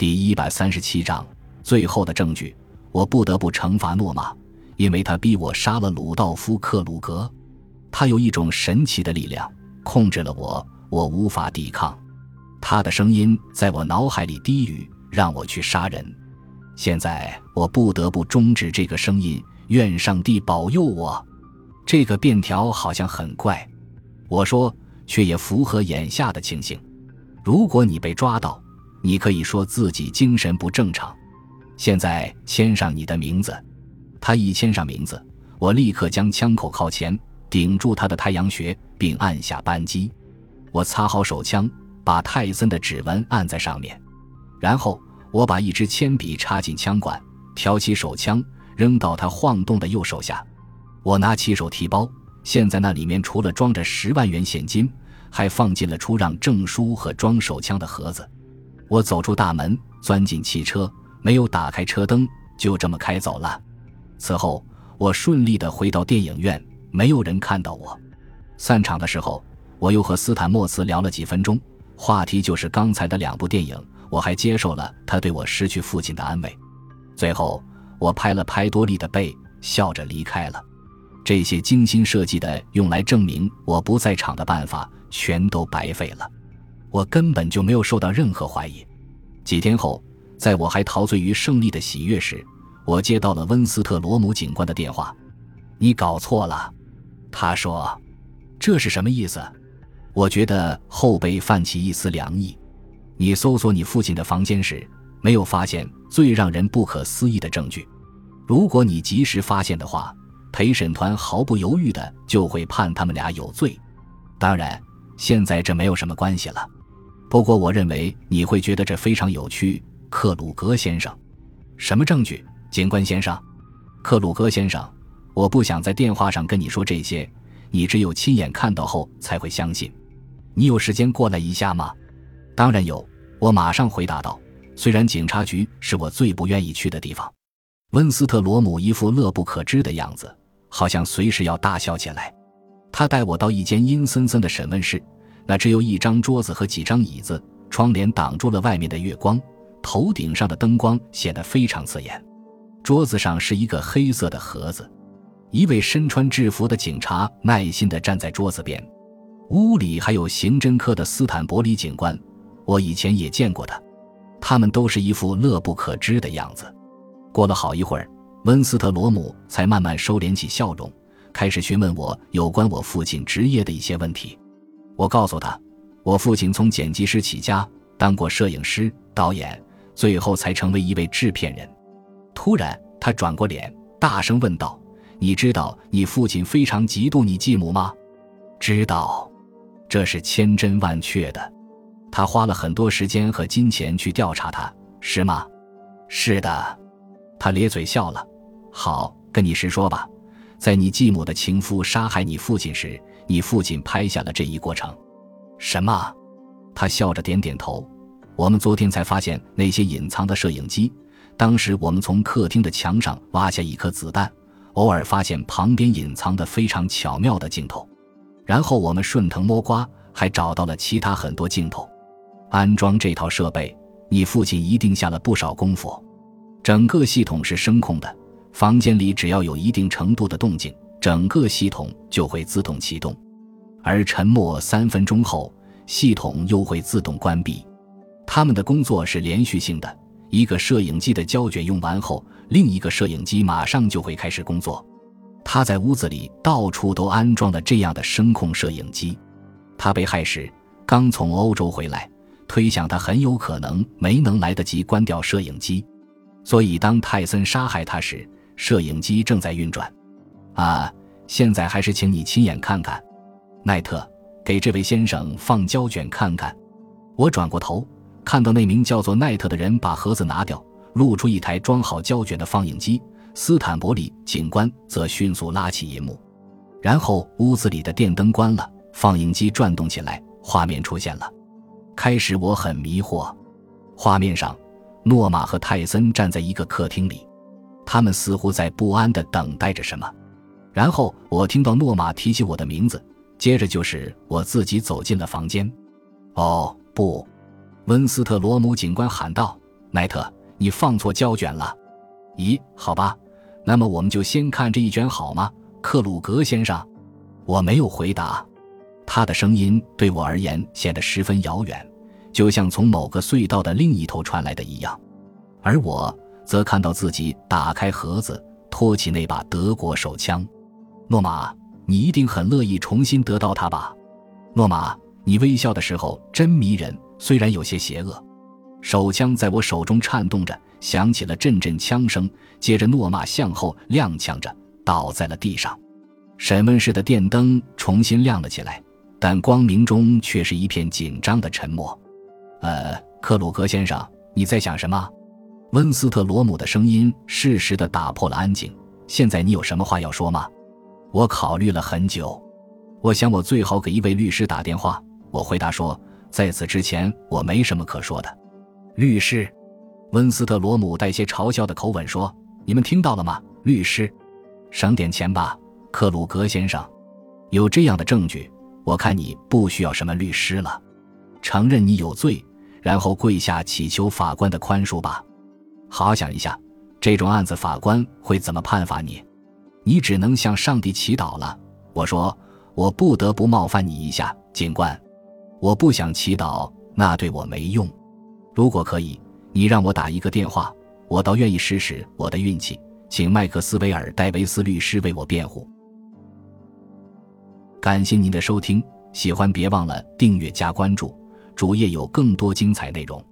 第137章最后的证据。我不得不惩罚诺玛，因为他逼我杀了鲁道夫·克鲁格。他有一种神奇的力量控制了我，我无法抵抗。他的声音在我脑海里低语，让我去杀人。现在我不得不终止这个声音，愿上帝保佑我。这个便条好像很怪，我说，却也符合眼下的情形。如果你被抓到，你可以说自己精神不正常。现在签上你的名字。他一签上名字，我立刻将枪口靠前，顶住他的太阳穴，并按下扳机。我擦好手枪，把泰森的指纹按在上面。然后我把一支铅笔插进枪管，挑起手枪，扔到他晃动的右手下。我拿起手提包，现在那里面除了装着10万元现金，还放进了出让证书和装手枪的盒子。我走出大门，钻进汽车，没有打开车灯，就这么开走了。此后我顺利地回到电影院，没有人看到我。散场的时候，我又和斯坦莫茨聊了几分钟，话题就是刚才的2部电影，我还接受了他对我失去父亲的安慰。最后我拍了拍多莉的背，笑着离开了。这些精心设计的用来证明我不在场的办法全都白费了，我根本就没有受到任何怀疑。几天后，在我还陶醉于胜利的喜悦时，我接到了温斯特罗姆警官的电话。你搞错了，他说。这是什么意思？我觉得后背泛起一丝凉意。你搜索你父亲的房间时，没有发现最让人不可思议的证据。如果你及时发现的话，陪审团毫不犹豫的就会判他们俩有罪。当然，现在这没有什么关系了。不过我认为你会觉得这非常有趣，克鲁格先生。什么证据，警官先生？克鲁格先生，我不想在电话上跟你说这些，你只有亲眼看到后才会相信。你有时间过来一下吗？当然有，我马上回答道，虽然警察局是我最不愿意去的地方。温斯特罗姆一副乐不可支的样子，好像随时要大笑起来。他带我到一间阴森森的审问室，那只有一张桌子和几张椅子，窗帘挡住了外面的月光，头顶上的灯光显得非常刺眼。桌子上是一个黑色的盒子，一位身穿制服的警察耐心地站在桌子边。屋里还有刑侦科的斯坦伯里警官，我以前也见过的，他们都是一副乐不可支的样子。过了好一会儿，温斯特罗姆才慢慢收敛起笑容，开始询问我有关我父亲职业的一些问题。我告诉他，我父亲从剪辑师起家，当过摄影师、导演，最后才成为一位制片人。突然他转过脸，大声问道，你知道你父亲非常嫉妒你继母吗？知道，这是千真万确的。他花了很多时间和金钱去调查他，是吗？是的。他咧嘴笑了。好，跟你实说吧，在你继母的情夫杀害你父亲时，你父亲拍下了这一过程。什么？他笑着点点头。我们昨天才发现那些隐藏的摄影机，当时我们从客厅的墙上挖下一颗子弹，偶尔发现旁边隐藏的非常巧妙的镜头。然后我们顺藤摸瓜，还找到了其他很多镜头。安装这套设备，你父亲一定下了不少功夫。整个系统是声控的，房间里只要有一定程度的动静，整个系统就会自动启动，而沉默3分钟后，系统又会自动关闭。他们的工作是连续性的，一个摄影机的胶卷用完后，另一个摄影机马上就会开始工作。他在屋子里到处都安装了这样的声控摄影机。他被害时刚从欧洲回来，推想他很有可能没能来得及关掉摄影机，所以当泰森杀害他时，摄影机正在运转。现在还是请你亲眼看看。奈特，给这位先生放胶卷看看。我转过头，看到那名叫做奈特的人把盒子拿掉，露出一台装好胶卷的放映机，斯坦伯里警官则迅速拉起银幕。然后屋子里的电灯关了，放映机转动起来，画面出现了。开始我很迷惑，画面上诺玛和泰森站在一个客厅里，他们似乎在不安地等待着什么。然后我听到诺玛提起我的名字，接着就是我自己走进了房间。哦，不，温斯特罗姆警官喊道， 奈特，你放错胶卷了。咦，好吧，那么我们就先看这一卷好吗，克鲁格先生？我没有回答。他的声音对我而言显得十分遥远，就像从某个隧道的另一头传来的一样。而我则看到自己打开盒子，托起那把德国手枪。诺玛，你一定很乐意重新得到它吧？诺玛，你微笑的时候真迷人，虽然有些邪恶。手枪在我手中颤动着，响起了阵阵枪声，接着诺玛向后踉跄着倒在了地上。审问室的电灯重新亮了起来，但光明中却是一片紧张的沉默。克鲁格先生，你在想什么？温斯特罗姆的声音适时地打破了安静。现在你有什么话要说吗？我考虑了很久。我想我最好给一位律师打电话。我回答说，在此之前我没什么可说的。律师？温斯特罗姆带些嘲笑的口吻说，你们听到了吗？律师？省点钱吧，克鲁格先生。有这样的证据，我看你不需要什么律师了。承认你有罪，然后跪下祈求法官的宽恕吧。好好想一下，这种案子法官会怎么判罚你？你只能向上帝祈祷了。我说，我不得不冒犯你一下，警官。我不想祈祷，那对我没用。如果可以，你让我打一个电话，我倒愿意试试我的运气，请麦克斯韦尔·戴维斯律师为我辩护。感谢您的收听，喜欢别忘了订阅加关注，主页有更多精彩内容。